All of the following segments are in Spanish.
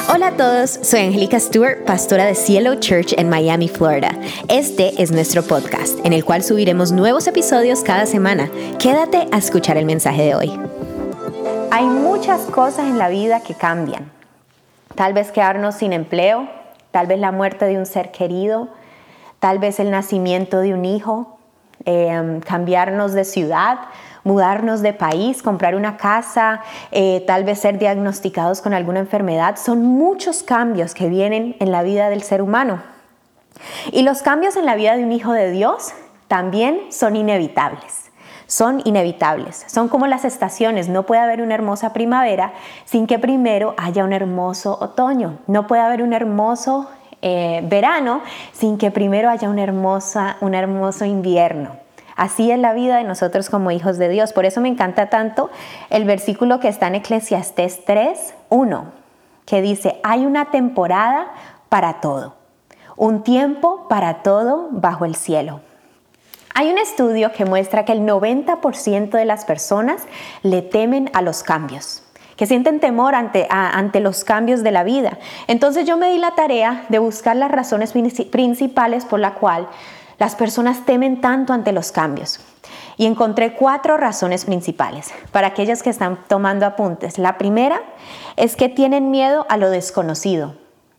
Hola a todos, soy Angélica Stewart, pastora de Cielo Church en Miami, Florida. Este es nuestro podcast, en el cual subiremos nuevos episodios cada semana. Quédate a escuchar el mensaje de hoy. Hay muchas cosas en la vida que cambian. Tal vez quedarnos sin empleo, tal vez la muerte de un ser querido, tal vez el nacimiento de un hijo, cambiarnos de ciudad, mudarnos de país, comprar una casa, tal vez ser diagnosticados con alguna enfermedad. Son muchos cambios que vienen en la vida del ser humano. Y los cambios en la vida de un hijo de Dios también son inevitables. Son inevitables. Son como las estaciones. No puede haber una hermosa primavera sin que primero haya un hermoso otoño. No puede haber un hermoso verano sin que primero haya un hermoso invierno. Así es la vida de nosotros como hijos de Dios. Por eso me encanta tanto el versículo que está en Eclesiastés 3:1, que dice: hay una temporada para todo, un tiempo para todo bajo el cielo. Hay un estudio que muestra que el 90% de las personas le temen a los cambios, que sienten temor ante los cambios de la vida. Entonces yo me di la tarea de buscar las razones principales por la cual las personas temen tanto ante los cambios. Y encontré 4 razones principales para aquellos que están tomando apuntes. La primera es que tienen miedo a lo desconocido.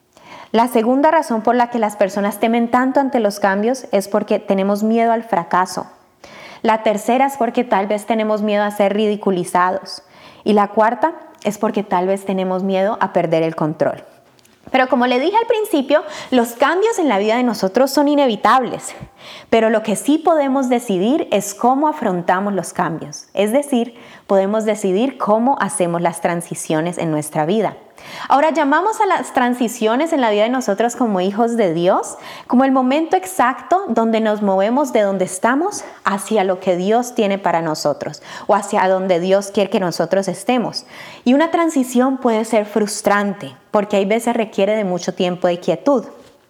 La segunda razón por la que las personas temen tanto ante los cambios es porque tenemos miedo al fracaso. La tercera es porque tal vez tenemos miedo a ser ridiculizados. Y la cuarta es porque tal vez tenemos miedo a perder el control. Pero como le dije al principio, los cambios en la vida de nosotros son inevitables. Pero lo que sí podemos decidir es cómo afrontamos los cambios. Es decir, podemos decidir cómo hacemos las transiciones en nuestra vida. Ahora, llamamos a las transiciones en la vida de nosotros como hijos de Dios, como el momento exacto donde nos movemos de donde estamos hacia lo que Dios tiene para nosotros o hacia donde Dios quiere que nosotros estemos. Y una transición puede ser frustrante porque hay veces requiere de mucho tiempo de quietud.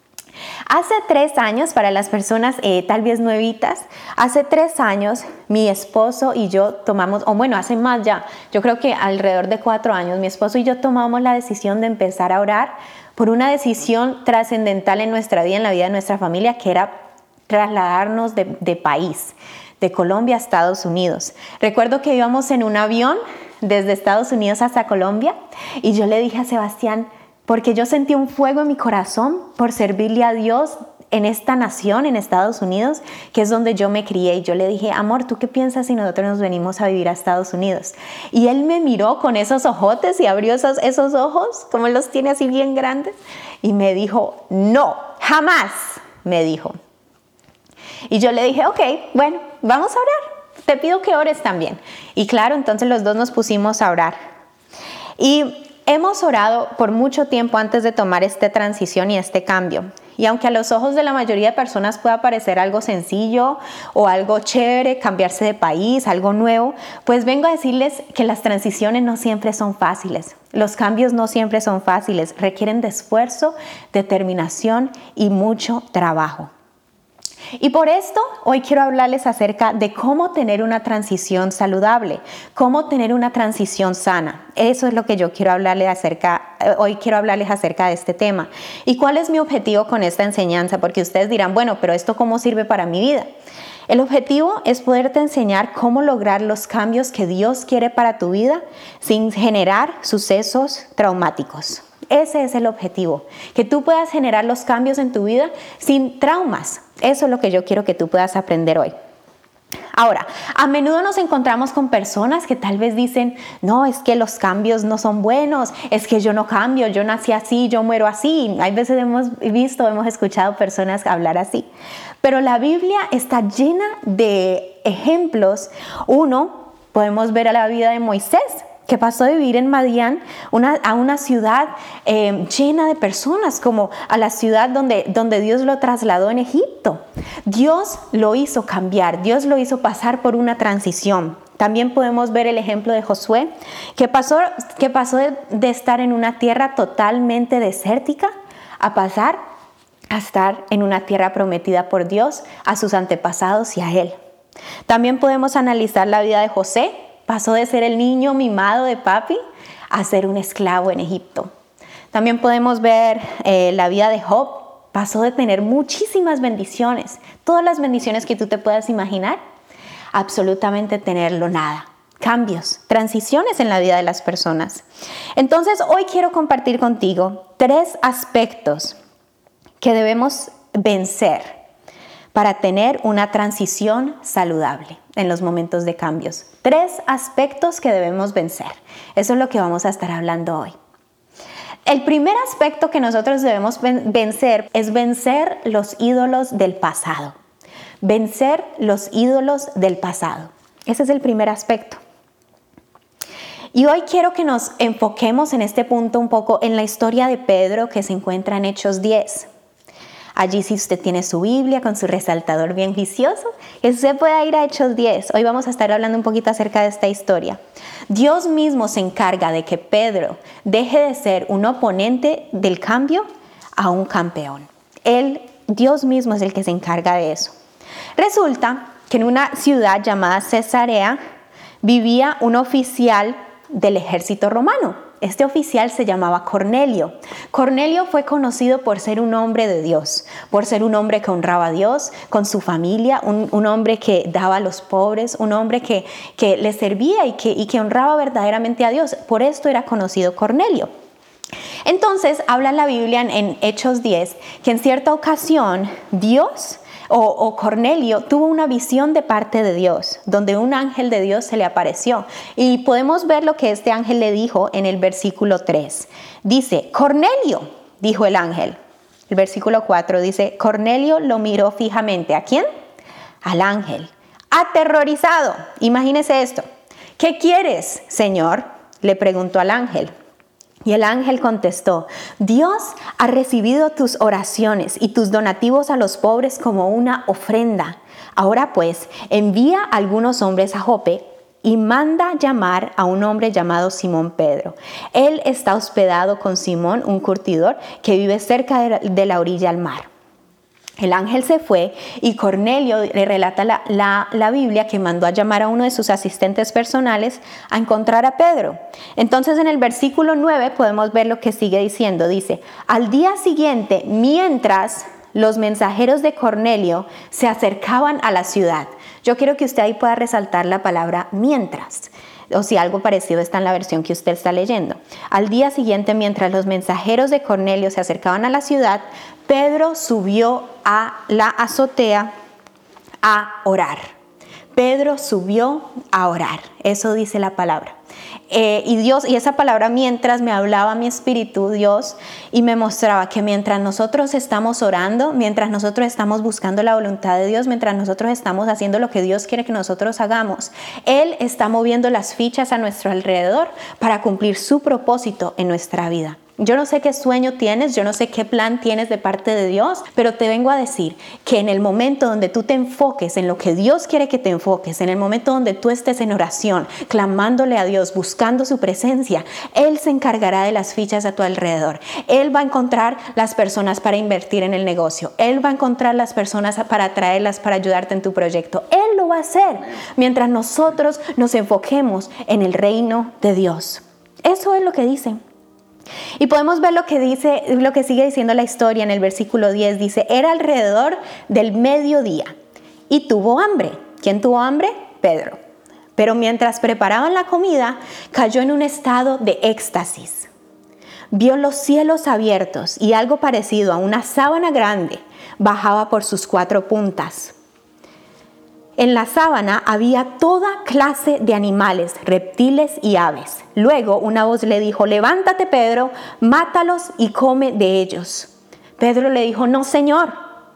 Hace 3 años, para las personas tal vez nuevitas, hace 3 años mi esposo y yo tomamos, o bueno, hace más ya, yo creo que alrededor de 4 años, mi esposo y yo tomamos la decisión de empezar a orar por una decisión trascendental en nuestra vida, en la vida de nuestra familia, que era trasladarnos de país, de Colombia a Estados Unidos. Recuerdo que íbamos en un avión desde Estados Unidos hasta Colombia y yo le dije a Sebastián, porque yo sentí un fuego en mi corazón por servirle a Dios en esta nación, en Estados Unidos, que es donde yo me crié. Y yo le dije: amor, ¿tú qué piensas si nosotros nos venimos a vivir a Estados Unidos? Y él me miró con esos ojotes y abrió esos ojos, como él los tiene así bien grandes, y me dijo: no, jamás, me dijo. Y yo le dije: ok, bueno, vamos a orar. Te pido que ores también. Y claro, entonces los dos nos pusimos a orar. Y hemos orado por mucho tiempo antes de tomar esta transición y este cambio. Y aunque a los ojos de la mayoría de personas pueda parecer algo sencillo o algo chévere, cambiarse de país, algo nuevo, pues vengo a decirles que las transiciones no siempre son fáciles. Los cambios no siempre son fáciles, requieren de esfuerzo, determinación y mucho trabajo. Y por esto hoy quiero hablarles acerca de cómo tener una transición saludable, cómo tener una transición sana. Eso es lo que yo quiero hablarles hoy quiero hablarles acerca de este tema. ¿Y cuál es mi objetivo con esta enseñanza? Porque ustedes dirán, bueno, pero ¿esto cómo sirve para mi vida? El objetivo es poderte enseñar cómo lograr los cambios que Dios quiere para tu vida sin generar sucesos traumáticos. Ese es el objetivo, que tú puedas generar los cambios en tu vida sin traumas. Eso es lo que yo quiero que tú puedas aprender hoy. Ahora, a menudo nos encontramos con personas que tal vez dicen: no, es que los cambios no son buenos, es que yo no cambio, yo nací así, yo muero así. Hay veces hemos escuchado personas hablar así. Pero la Biblia está llena de ejemplos. Podemos ver a la vida de Moisés, que pasó de vivir en Madián a una ciudad llena de personas, como a la ciudad donde Dios lo trasladó en Egipto. Dios lo hizo cambiar, Dios lo hizo pasar por una transición. También podemos ver el ejemplo de Josué, que pasó de estar en una tierra totalmente desértica a pasar a estar en una tierra prometida por Dios a sus antepasados y a él. También podemos analizar la vida de José. Pasó de ser el niño mimado de papi a ser un esclavo en Egipto. También podemos ver la vida de Job. Pasó de tener muchísimas bendiciones, todas las bendiciones que tú te puedas imaginar, absolutamente tenerlo nada. Cambios, transiciones en la vida de las personas. Entonces, hoy quiero compartir contigo 3 aspectos que debemos vencer para tener una transición saludable en los momentos de cambios. 3 aspectos que debemos vencer. Eso es lo que vamos a estar hablando hoy. El primer aspecto que nosotros debemos vencer es vencer los ídolos del pasado. Vencer los ídolos del pasado. Ese es el primer aspecto. Y hoy quiero que nos enfoquemos en este punto un poco en la historia de Pedro que se encuentra en Hechos 10. Allí, si usted tiene su Biblia con su resaltador bien juicioso, usted puede ir a Hechos 10. Hoy vamos a estar hablando un poquito acerca de esta historia. Dios mismo se encarga de que Pedro deje de ser un oponente del cambio a un campeón. Dios mismo es el que se encarga de eso. Resulta que en una ciudad llamada Cesarea vivía un oficial del ejército romano. Este oficial se llamaba Cornelio. Cornelio fue conocido por ser un hombre de Dios, por ser un hombre que honraba a Dios con su familia, un hombre que daba a los pobres, un hombre que le servía y que honraba verdaderamente a Dios. Por esto era conocido Cornelio. Entonces, habla la Biblia en Hechos 10 que en cierta ocasión Dios o Cornelio tuvo una visión de parte de Dios, donde un ángel de Dios se le apareció. Y podemos ver lo que este ángel le dijo en el versículo 3. Dice, Cornelio, dijo el ángel. El versículo 4 dice, Cornelio lo miró fijamente. ¿A quién? Al ángel. Aterrorizado. Imagínese esto. ¿Qué quieres, Señor?, le preguntó al ángel. Y el ángel contestó, Dios ha recibido tus oraciones y tus donativos a los pobres como una ofrenda. Ahora pues, envía a algunos hombres a Jope y manda llamar a un hombre llamado Simón Pedro. Él está hospedado con Simón, un curtidor que vive cerca de la orilla al mar. El ángel se fue y Cornelio le relata la Biblia que mandó a llamar a uno de sus asistentes personales a encontrar a Pedro. Entonces en el versículo 9 podemos ver lo que sigue diciendo. Dice, al día siguiente, mientras los mensajeros de Cornelio se acercaban a la ciudad. Yo quiero que usted ahí pueda resaltar la palabra mientras. O si algo parecido está en la versión que usted está leyendo. Al día siguiente, mientras los mensajeros de Cornelio se acercaban a la ciudad, Pedro subió a la azotea a orar. Pedro subió a orar. Eso dice la palabra. Y esa palabra mientras me hablaba a mi espíritu, Dios, y me mostraba que mientras nosotros estamos orando, mientras nosotros estamos buscando la voluntad de Dios, mientras nosotros estamos haciendo lo que Dios quiere que nosotros hagamos, Él está moviendo las fichas a nuestro alrededor para cumplir su propósito en nuestra vida. Yo no sé qué sueño tienes, yo no sé qué plan tienes de parte de Dios, pero te vengo a decir que en el momento donde tú te enfoques en lo que Dios quiere que te enfoques, en el momento donde tú estés en oración, clamándole a Dios, buscando su presencia, Él se encargará de las fichas a tu alrededor. Él va a encontrar las personas para invertir en el negocio. Él va a encontrar las personas para traerlas, para ayudarte en tu proyecto. Él lo va a hacer mientras nosotros nos enfoquemos en el reino de Dios. Eso es lo que dice. Y podemos ver lo que sigue diciendo la historia en el versículo 10. Dice, era alrededor del mediodía y tuvo hambre. ¿Quién tuvo hambre? Pedro. Pero mientras preparaban la comida, cayó en un estado de éxtasis. Vio los cielos abiertos y algo parecido a una sábana grande bajaba por sus 4 puntas. En la sábana había toda clase de animales, reptiles y aves. Luego una voz le dijo, levántate, Pedro, mátalos y come de ellos. Pedro le dijo, no, Señor,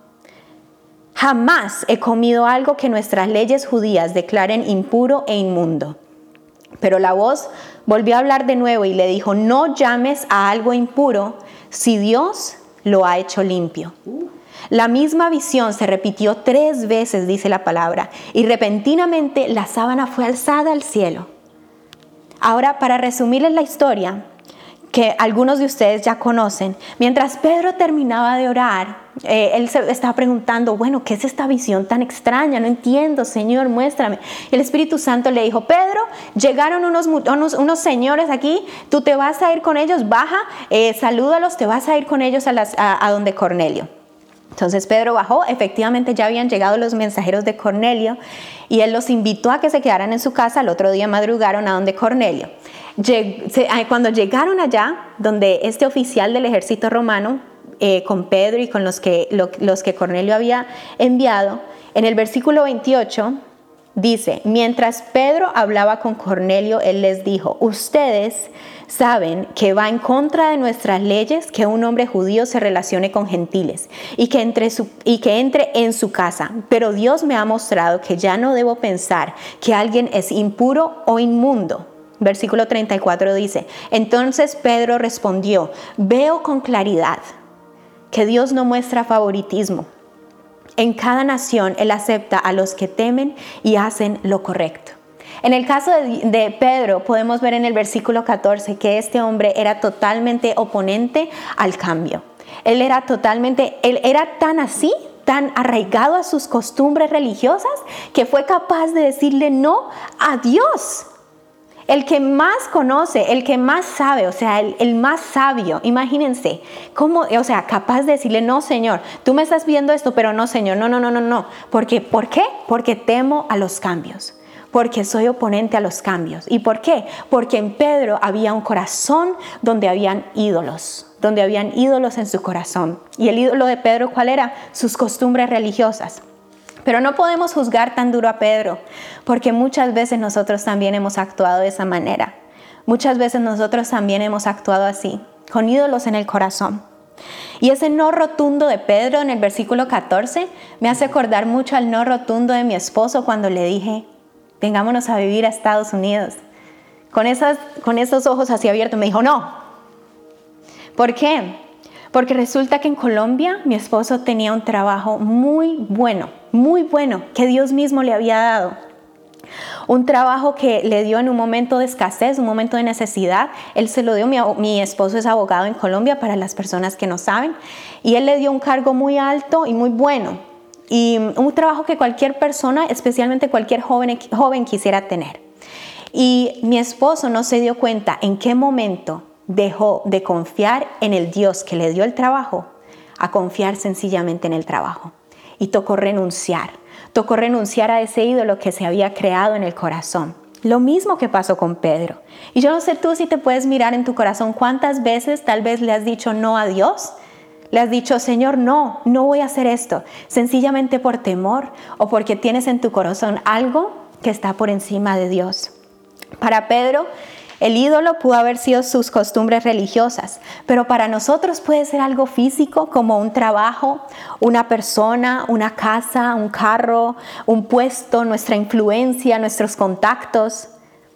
jamás he comido algo que nuestras leyes judías declaren impuro e inmundo. Pero la voz volvió a hablar de nuevo y le dijo, no llames a algo impuro si Dios lo ha hecho limpio. La misma visión se repitió 3 veces, dice la palabra, y repentinamente la sábana fue alzada al cielo. Ahora, para resumirles la historia, que algunos de ustedes ya conocen, mientras Pedro terminaba de orar, él se estaba preguntando, bueno, ¿qué es esta visión tan extraña? No entiendo, Señor, muéstrame. Y el Espíritu Santo le dijo, Pedro, llegaron unos señores aquí, tú te vas a ir con ellos, baja, salúdalos, te vas a ir con ellos a donde Cornelio. Entonces Pedro bajó, efectivamente ya habían llegado los mensajeros de Cornelio y él los invitó a que se quedaran en su casa. Al otro día madrugaron a donde Cornelio. Cuando llegaron allá, donde este oficial del ejército romano, con Pedro y con los que Cornelio había enviado, en el versículo 28 dice, mientras Pedro hablaba con Cornelio, él les dijo, ustedes saben que va en contra de nuestras leyes que un hombre judío se relacione con gentiles y que entre en su casa, pero Dios me ha mostrado que ya no debo pensar que alguien es impuro o inmundo. Versículo 34 dice, entonces Pedro respondió, veo con claridad que Dios no muestra favoritismo. En cada nación Él acepta a los que temen y hacen lo correcto. En el caso de Pedro podemos ver en el versículo 14 que este hombre era totalmente oponente al cambio. Él era tan así, tan arraigado a sus costumbres religiosas que fue capaz de decirle no a Dios. El que más conoce, el que más sabe, o sea, el más sabio, imagínense, capaz de decirle, no, Señor, tú me estás viendo esto, pero no, Señor, no. ¿Por qué? Porque temo a los cambios, porque soy oponente a los cambios. ¿Y por qué? Porque en Pedro había un corazón donde habían ídolos en su corazón. ¿Y el ídolo de Pedro cuál era? Sus costumbres religiosas. Pero no podemos juzgar tan duro a Pedro, porque muchas veces nosotros también hemos actuado de esa manera. Muchas veces nosotros también hemos actuado así, con ídolos en el corazón. Y ese no rotundo de Pedro en el versículo 14 me hace acordar mucho al no rotundo de mi esposo cuando le dije, vengámonos a vivir a Estados Unidos. Con esos ojos así abiertos me dijo, no. ¿Por qué? Porque resulta que en Colombia mi esposo tenía un trabajo muy bueno, que Dios mismo le había dado. Un trabajo que le dio en un momento de escasez, un momento de necesidad. Él se lo dio, mi esposo es abogado en Colombia, para las personas que no saben. Y él le dio un cargo muy alto y muy bueno. Y un trabajo que cualquier persona, especialmente cualquier joven quisiera tener. Y mi esposo no se dio cuenta en qué momento dejó de confiar en el Dios que le dio el trabajo a confiar sencillamente en el trabajo. Y tocó renunciar a ese ídolo que se había creado en el corazón. Lo mismo que pasó con Pedro. Y yo no sé tú si te puedes mirar en tu corazón cuántas veces tal vez le has dicho no a Dios. Le has dicho, Señor, no voy a hacer esto. Sencillamente por temor o porque tienes en tu corazón algo que está por encima de Dios. Para Pedro, el ídolo pudo haber sido sus costumbres religiosas, pero para nosotros puede ser algo físico como un trabajo, una persona, una casa, un carro, un puesto, nuestra influencia, nuestros contactos,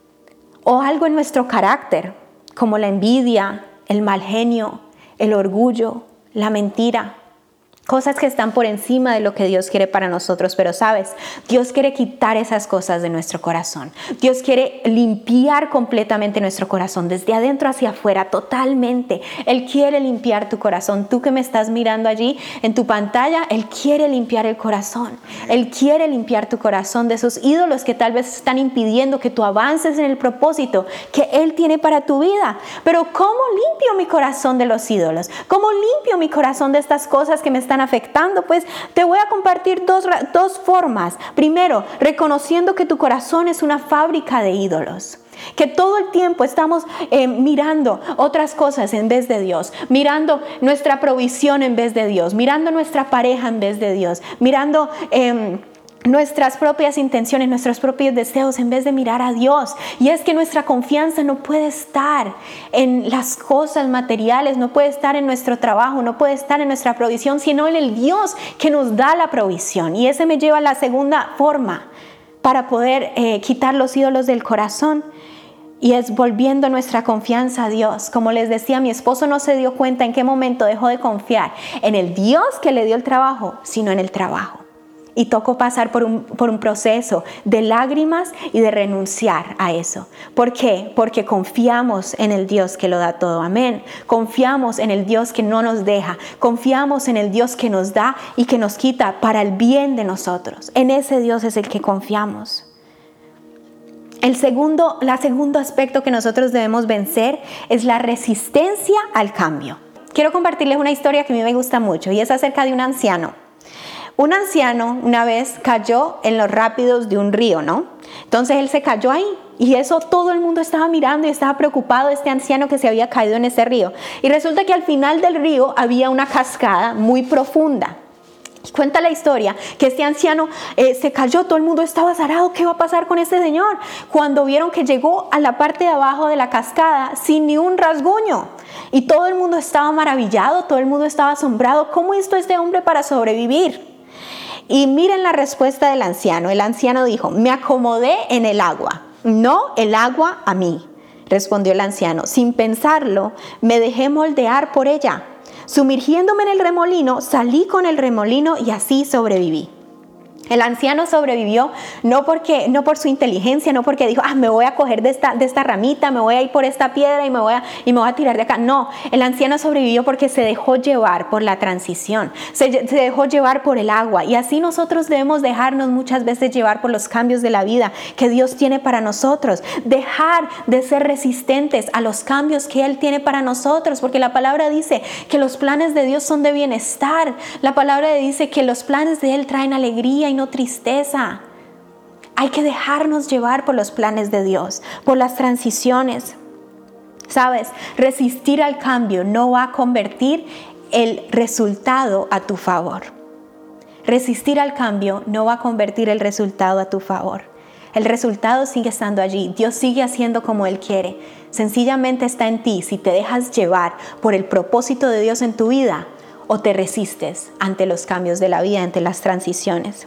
o algo en nuestro carácter, como la envidia, el mal genio, el orgullo, la mentira. Cosas que están por encima de lo que Dios quiere para nosotros. Pero sabes, Dios quiere quitar esas cosas de nuestro corazón. Dios quiere limpiar completamente nuestro corazón, desde adentro hacia afuera, totalmente. Él quiere limpiar tu corazón. Tú que me estás mirando allí en tu pantalla, Él quiere limpiar el corazón. Él quiere limpiar tu corazón de esos ídolos que tal vez están impidiendo que tú avances en el propósito que Él tiene para tu vida. Pero ¿cómo limpio mi corazón de los ídolos? ¿Cómo limpio mi corazón de estas cosas que me están afectando? Pues te voy a compartir dos formas. Primero, reconociendo que tu corazón es una fábrica de ídolos. Que todo el tiempo estamos mirando otras cosas en vez de Dios, mirando nuestra provisión en vez de Dios, mirando nuestra pareja en vez de Dios, mirando nuestras propias intenciones, nuestros propios deseos en vez de mirar a Dios. Y es que nuestra confianza no puede estar en las cosas materiales, no puede estar en nuestro trabajo, no puede estar en nuestra provisión, sino en el Dios que nos da la provisión. Y ese me lleva a la segunda forma para poder quitar los ídolos del corazón. Y es volviendo nuestra confianza a Dios. Como les decía, mi esposo no se dio cuenta en qué momento dejó de confiar en el Dios que le dio el trabajo, sino en el trabajo. Y tocó pasar por un proceso de lágrimas y de renunciar a eso. ¿Por qué? Porque confiamos en el Dios que lo da todo. Amén. Confiamos en el Dios que no nos deja. Confiamos en el Dios que nos da y que nos quita para el bien de nosotros. En ese Dios es el que confiamos. El segundo aspecto que nosotros debemos vencer es la resistencia al cambio. Quiero compartirles una historia que a mí me gusta mucho y es acerca de un anciano. Un anciano una vez cayó en los rápidos de un río, ¿no? Entonces él se cayó ahí y eso todo el mundo estaba mirando y estaba preocupado de este anciano que se había caído en ese río. Y resulta que al final del río había una cascada muy profunda. Cuenta la historia que este anciano se cayó, todo el mundo estaba azarado, ¿qué va a pasar con este señor? Cuando vieron que llegó a la parte de abajo de la cascada sin ni un rasguño. Y todo el mundo estaba maravillado, todo el mundo estaba asombrado. ¿Cómo hizo este hombre para sobrevivir? Y miren la respuesta del anciano. El anciano dijo: me acomodé en el agua, no el agua a mí. Respondió el anciano: sin pensarlo, me dejé moldear por ella. Sumergiéndome en el remolino, salí con el remolino y así sobreviví. El anciano sobrevivió no por su inteligencia, no porque dijo, me voy a coger de esta ramita, me voy a ir por esta piedra y me voy a tirar de acá. No, el anciano sobrevivió porque se dejó llevar por la transición, se dejó llevar por el agua. Y así nosotros debemos dejarnos muchas veces llevar por los cambios de la vida que Dios tiene para nosotros. Dejar de ser resistentes a los cambios que Él tiene para nosotros, porque la palabra dice que los planes de Dios son de bienestar. La palabra dice que los planes de Él traen alegría y no tristeza. Hay que dejarnos llevar por los planes de Dios, por las transiciones. ¿Sabes? Resistir al cambio no va a convertir el resultado a tu favor. Resistir al cambio no va a convertir el resultado a tu favor. El resultado sigue estando allí. Dios sigue haciendo como Él quiere. Sencillamente está en ti si te dejas llevar por el propósito de Dios en tu vida o te resistes ante los cambios de la vida, ante las transiciones.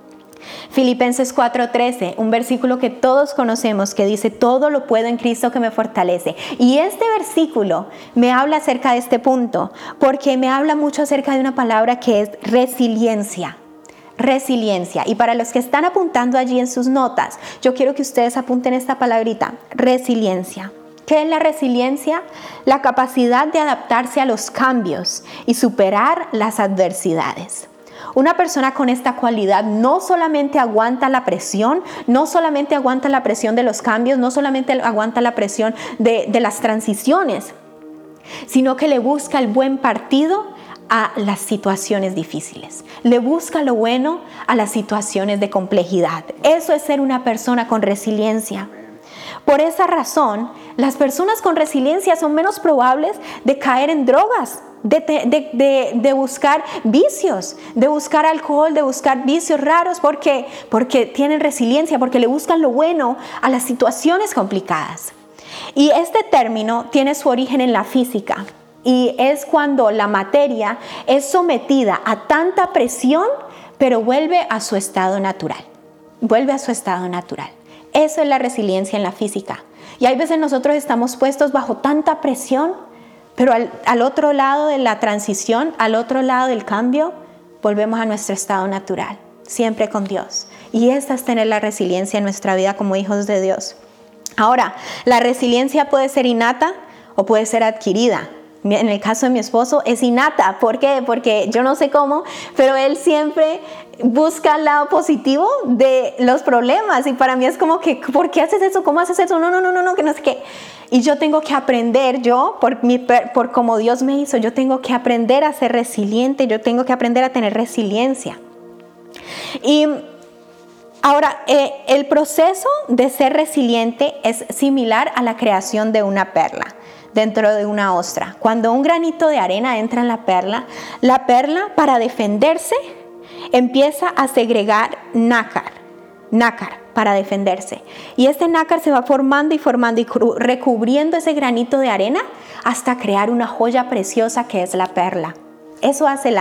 Filipenses 4:13, un versículo que todos conocemos que dice: todo lo puedo en Cristo que me fortalece. Y este versículo me habla acerca de este punto, porque me habla mucho acerca de una palabra que es resiliencia. Resiliencia. Y para los que están apuntando allí en sus notas, yo quiero que ustedes apunten esta palabrita: resiliencia. ¿Qué es la resiliencia? La capacidad de adaptarse a los cambios y superar las adversidades. Una persona con esta cualidad no solamente aguanta la presión, no solamente aguanta la presión de los cambios, no solamente aguanta la presión de las transiciones, sino que le busca el buen partido a las situaciones difíciles. Le busca lo bueno a las situaciones de complejidad. Eso es ser una persona con resiliencia. Por esa razón, las personas con resiliencia son menos probables de caer en drogas, de buscar vicios, de buscar alcohol, de buscar vicios raros, porque tienen resiliencia, porque le buscan lo bueno a las situaciones complicadas. Y este término tiene su origen en la física y es cuando la materia es sometida a tanta presión, pero vuelve a su estado natural. Vuelve a su estado natural. Eso es la resiliencia en la física. Y hay veces nosotros estamos puestos bajo tanta presión, pero al otro lado de la transición, al otro lado del cambio, volvemos a nuestro estado natural, siempre con Dios. Y esta es tener la resiliencia en nuestra vida como hijos de Dios. Ahora, la resiliencia puede ser innata o puede ser adquirida. En el caso de mi esposo es innata. ¿Por qué? Porque yo no sé cómo, pero él siempre busca el lado positivo de los problemas. Y para mí es como que, ¿por qué haces eso? ¿Cómo haces eso? No, que no sé qué. Y yo tengo que aprender, por como Dios me hizo, yo tengo que aprender a ser resiliente, yo tengo que aprender a tener resiliencia. Y ahora, el proceso de ser resiliente es similar a la creación de una perla dentro de una ostra. Cuando un granito de arena entra en la perla para defenderse empieza a segregar nácar para defenderse. Y este nácar se va formando y recubriendo ese granito de arena hasta crear una joya preciosa que es la perla. Eso hace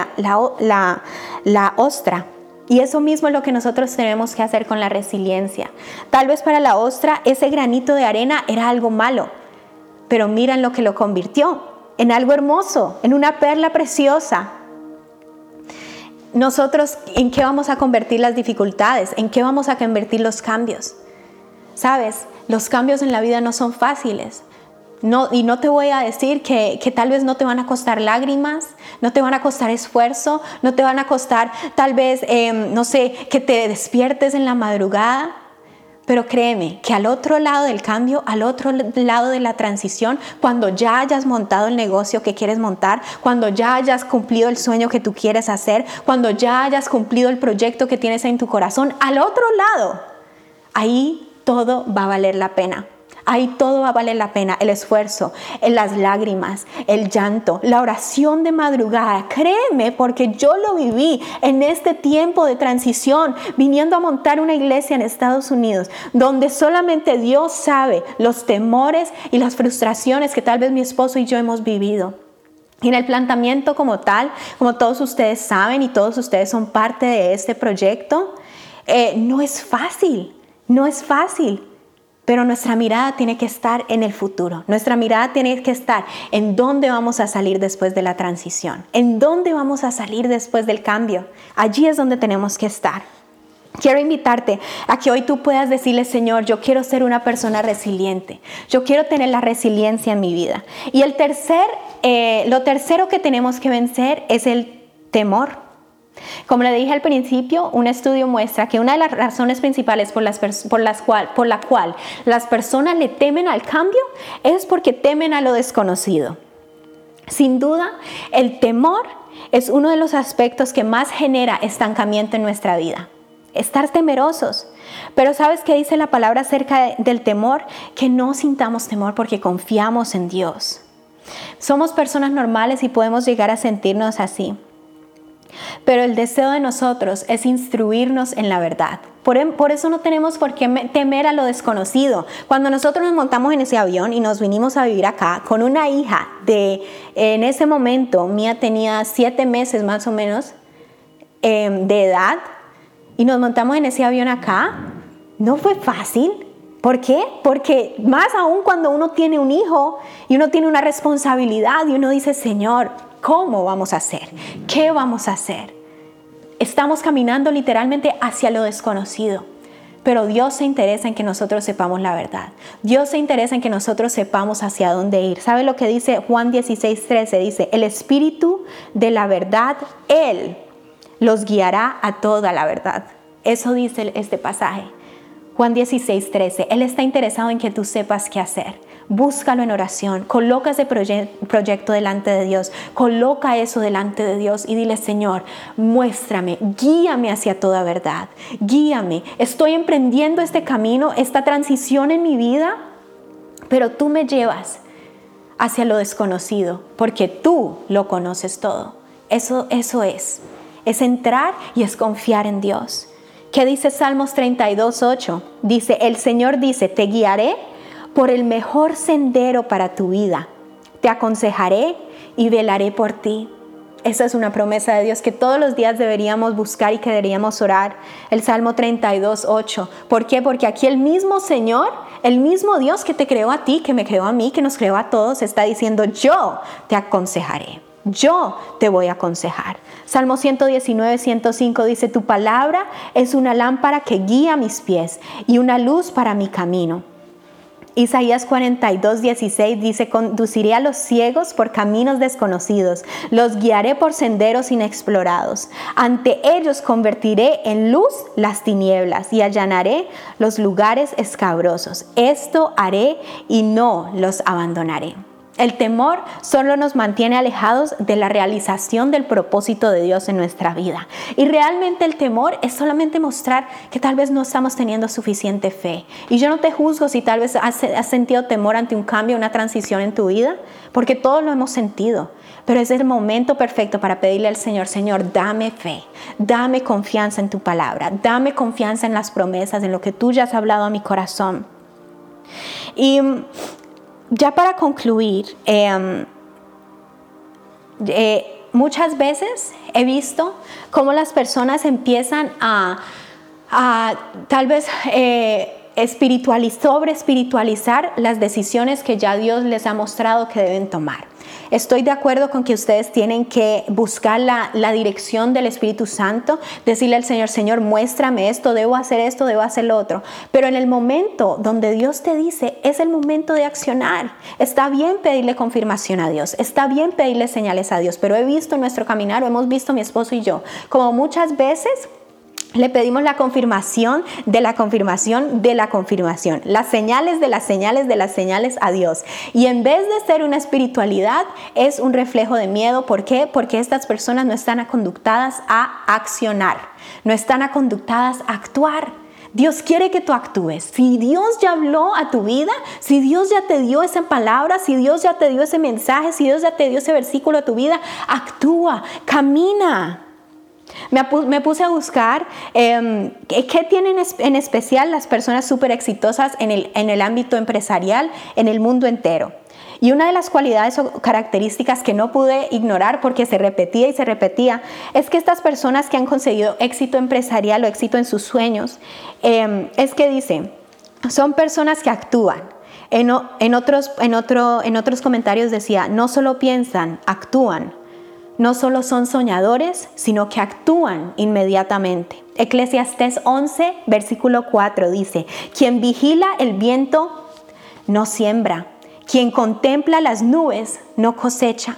la ostra. Y eso mismo es lo que nosotros tenemos que hacer con la resiliencia. Tal vez para la ostra ese granito de arena era algo malo, pero miren lo que lo convirtió en algo hermoso, en una perla preciosa. nosotros, ¿en qué vamos a convertir las dificultades? ¿En qué vamos a convertir los cambios? ¿Sabes? Los cambios en la vida no son fáciles. Y no te voy a decir que tal vez no te van a costar lágrimas, no te van a costar esfuerzo, no te van a costar tal vez, no sé, que te despiertes en la madrugada. Pero créeme que al otro lado del cambio, al otro lado de la transición, cuando ya hayas montado el negocio que quieres montar, cuando ya hayas cumplido el sueño que tú quieres hacer, cuando ya hayas cumplido el proyecto que tienes en tu corazón, al otro lado, ahí todo va a valer la pena. Ahí todo va a valer la pena, el esfuerzo, las lágrimas, el llanto, la oración de madrugada. Créeme, porque yo lo viví en este tiempo de transición, viniendo a montar una iglesia en Estados Unidos, donde solamente Dios sabe los temores y las frustraciones que tal vez mi esposo y yo hemos vivido. Y en el planteamiento como tal, como todos ustedes saben y todos ustedes son parte de este proyecto, no es fácil, no es fácil. Pero nuestra mirada tiene que estar en el futuro. Nuestra mirada tiene que estar en dónde vamos a salir después de la transición. En dónde vamos a salir después del cambio. Allí es donde tenemos que estar. Quiero invitarte a que hoy tú puedas decirle, Señor, yo quiero ser una persona resiliente. Yo quiero tener la resiliencia en mi vida. Y lo tercero que tenemos que vencer es el temor. Como le dije al principio, un estudio muestra que una de las razones principales por la cual las personas le temen al cambio es porque temen a lo desconocido. Sin duda, el temor es uno de los aspectos que más genera estancamiento en nuestra vida. Estar temerosos. Pero ¿sabes qué dice la palabra acerca del temor? Que no sintamos temor porque confiamos en Dios. Somos personas normales y podemos llegar a sentirnos así. Pero el deseo de nosotros es instruirnos en la verdad. Por eso no tenemos por qué temer a lo desconocido. Cuando nosotros nos montamos en ese avión y nos vinimos a vivir acá con una hija en ese momento, Mía tenía 7 meses más o menos de edad, y nos montamos en ese avión acá, no fue fácil. ¿Por qué? Porque más aún cuando uno tiene un hijo y uno tiene una responsabilidad y uno dice, Señor, ¿cómo vamos a hacer? ¿Qué vamos a hacer? Estamos caminando literalmente hacia lo desconocido. Pero Dios se interesa en que nosotros sepamos la verdad. Dios se interesa en que nosotros sepamos hacia dónde ir. ¿Sabe lo que dice Juan 16:13? Dice, el Espíritu de la verdad, Él los guiará a toda la verdad. Eso dice este pasaje. Juan 16:13. Él está interesado en que tú sepas qué hacer. Búscalo en oración, coloca ese proyecto delante de Dios, coloca eso delante de Dios y dile, Señor, muéstrame, guíame hacia toda verdad, guíame. Estoy emprendiendo este camino, esta transición en mi vida, pero tú me llevas hacia lo desconocido, porque tú lo conoces todo. Eso es entrar y es confiar en Dios. ¿Qué dice Salmos 32:8? Dice, el Señor dice, te guiaré por el mejor sendero para tu vida. Te aconsejaré y velaré por ti. Esa es una promesa de Dios que todos los días deberíamos buscar y que deberíamos orar. El Salmo 32:8. ¿Por qué? Porque aquí el mismo Señor, el mismo Dios que te creó a ti, que me creó a mí, que nos creó a todos, está diciendo, yo te aconsejaré. Yo te voy a aconsejar. Salmo 119:105 dice, tu palabra es una lámpara que guía mis pies y una luz para mi camino. Isaías 42:16 dice, conduciré a los ciegos por caminos desconocidos, los guiaré por senderos inexplorados. Ante ellos convertiré en luz las tinieblas y allanaré los lugares escabrosos. Esto haré y no los abandonaré. El temor solo nos mantiene alejados de la realización del propósito de Dios en nuestra vida. Y realmente el temor es solamente mostrar que tal vez no estamos teniendo suficiente fe. Y yo no te juzgo si tal vez has sentido temor ante un cambio, una transición en tu vida, porque todos lo hemos sentido. Pero es el momento perfecto para pedirle al Señor, Señor, dame fe, dame confianza en tu palabra, dame confianza en las promesas, en lo que tú ya has hablado a mi corazón. Y ya para concluir, muchas veces he visto cómo las personas empiezan a tal vez sobre espiritualizar las decisiones que ya Dios les ha mostrado que deben tomar. Estoy de acuerdo con que ustedes tienen que buscar la dirección del Espíritu Santo, decirle al Señor, Señor, muéstrame esto, debo hacer lo otro. Pero en el momento donde Dios te dice, es el momento de accionar. Está bien pedirle confirmación a Dios, está bien pedirle señales a Dios, pero he visto en nuestro caminar, o hemos visto mi esposo y yo, como muchas veces le pedimos la confirmación de la confirmación de la confirmación, las señales de las señales de las señales a Dios. Y en vez de ser una espiritualidad, es un reflejo de miedo. ¿Por qué? Porque estas personas no están conductadas a accionar, no están conductadas a actuar. Dios quiere que tú actúes. Si Dios ya habló a tu vida, si Dios ya te dio esa palabra, si Dios ya te dio ese mensaje, si Dios ya te dio ese versículo a tu vida, actúa, camina. Me puse a buscar qué tienen en especial las personas súper exitosas en el ámbito empresarial, en el mundo entero. Y una de las cualidades o características que no pude ignorar porque se repetía y se repetía, es que estas personas que han conseguido éxito empresarial o éxito en sus sueños, es que dicen, son personas que actúan. En otros comentarios decía, no solo piensan, actúan. No solo son soñadores, sino que actúan inmediatamente. Eclesiastés 11, versículo 4 dice, quien vigila el viento no siembra, quien contempla las nubes no cosecha.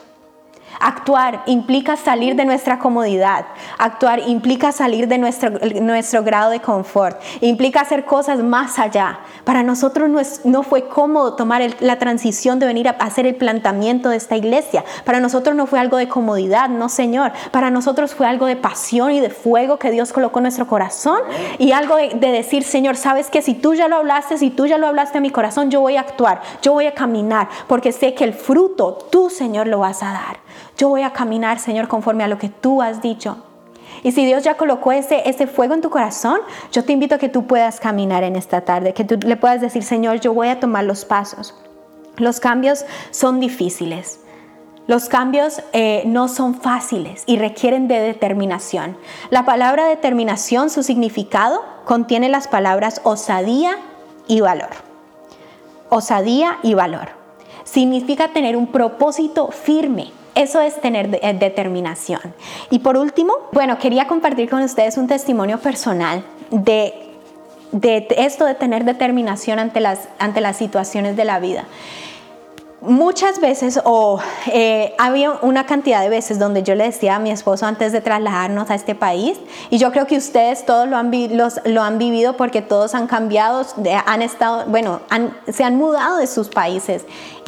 Actuar implica salir de nuestra comodidad. Actuar implica salir de nuestro grado de confort. Implica hacer cosas más allá. Para nosotros no fue cómodo tomar la transición de venir a hacer el planteamiento de esta iglesia. Para nosotros no fue algo de comodidad, no, Señor. Para nosotros fue algo de pasión y de fuego que Dios colocó en nuestro corazón. Y algo de decir, Señor, ¿sabes qué? Si tú ya lo hablaste a mi corazón, yo voy a actuar, yo voy a caminar. Porque sé que el fruto tú, Señor, lo vas a dar. Yo voy a caminar, Señor, conforme a lo que tú has dicho. Y si Dios ya colocó ese fuego en tu corazón, yo te invito a que tú puedas caminar en esta tarde, que tú le puedas decir, Señor, yo voy a tomar los pasos. Los cambios son difíciles. Los cambios no son fáciles y requieren de determinación. La palabra determinación, su significado, contiene las palabras osadía y valor. Osadía y valor. Significa tener un propósito firme. Eso es tener determinación. Y por último, quería compartir con ustedes un testimonio personal de esto de tener determinación ante las situaciones de la vida. Muchas veces, había una cantidad de veces donde yo le decía a mi esposo antes de trasladarnos a este país, y yo creo que ustedes todos lo han vivido porque todos han cambiado, se han mudado de sus países.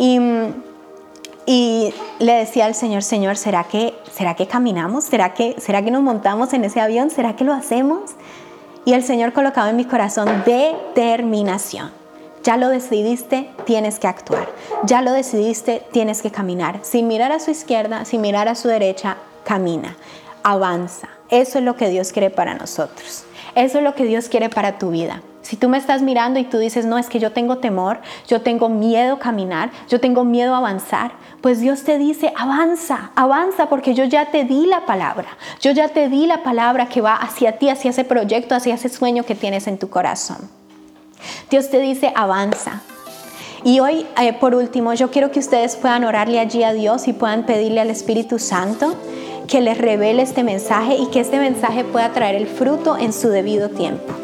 Y le decía al Señor, Señor, ¿será que caminamos? ¿Será que nos montamos en ese avión? ¿Será que lo hacemos? Y el Señor colocaba en mi corazón determinación. Ya lo decidiste, tienes que actuar. Ya lo decidiste, tienes que caminar. Sin mirar a su izquierda, sin mirar a su derecha, camina, avanza. Eso es lo que Dios quiere para nosotros. Eso es lo que Dios quiere para tu vida. Si tú me estás mirando y tú dices, no, es que yo tengo temor, yo tengo miedo a caminar, yo tengo miedo a avanzar, pues Dios te dice, avanza, porque yo ya te di la palabra. Yo ya te di la palabra que va hacia ti, hacia ese proyecto, hacia ese sueño que tienes en tu corazón. Dios te dice, avanza. Y hoy, por último, yo quiero que ustedes puedan orarle allí a Dios y puedan pedirle al Espíritu Santo que les revele este mensaje y que este mensaje pueda traer el fruto en su debido tiempo.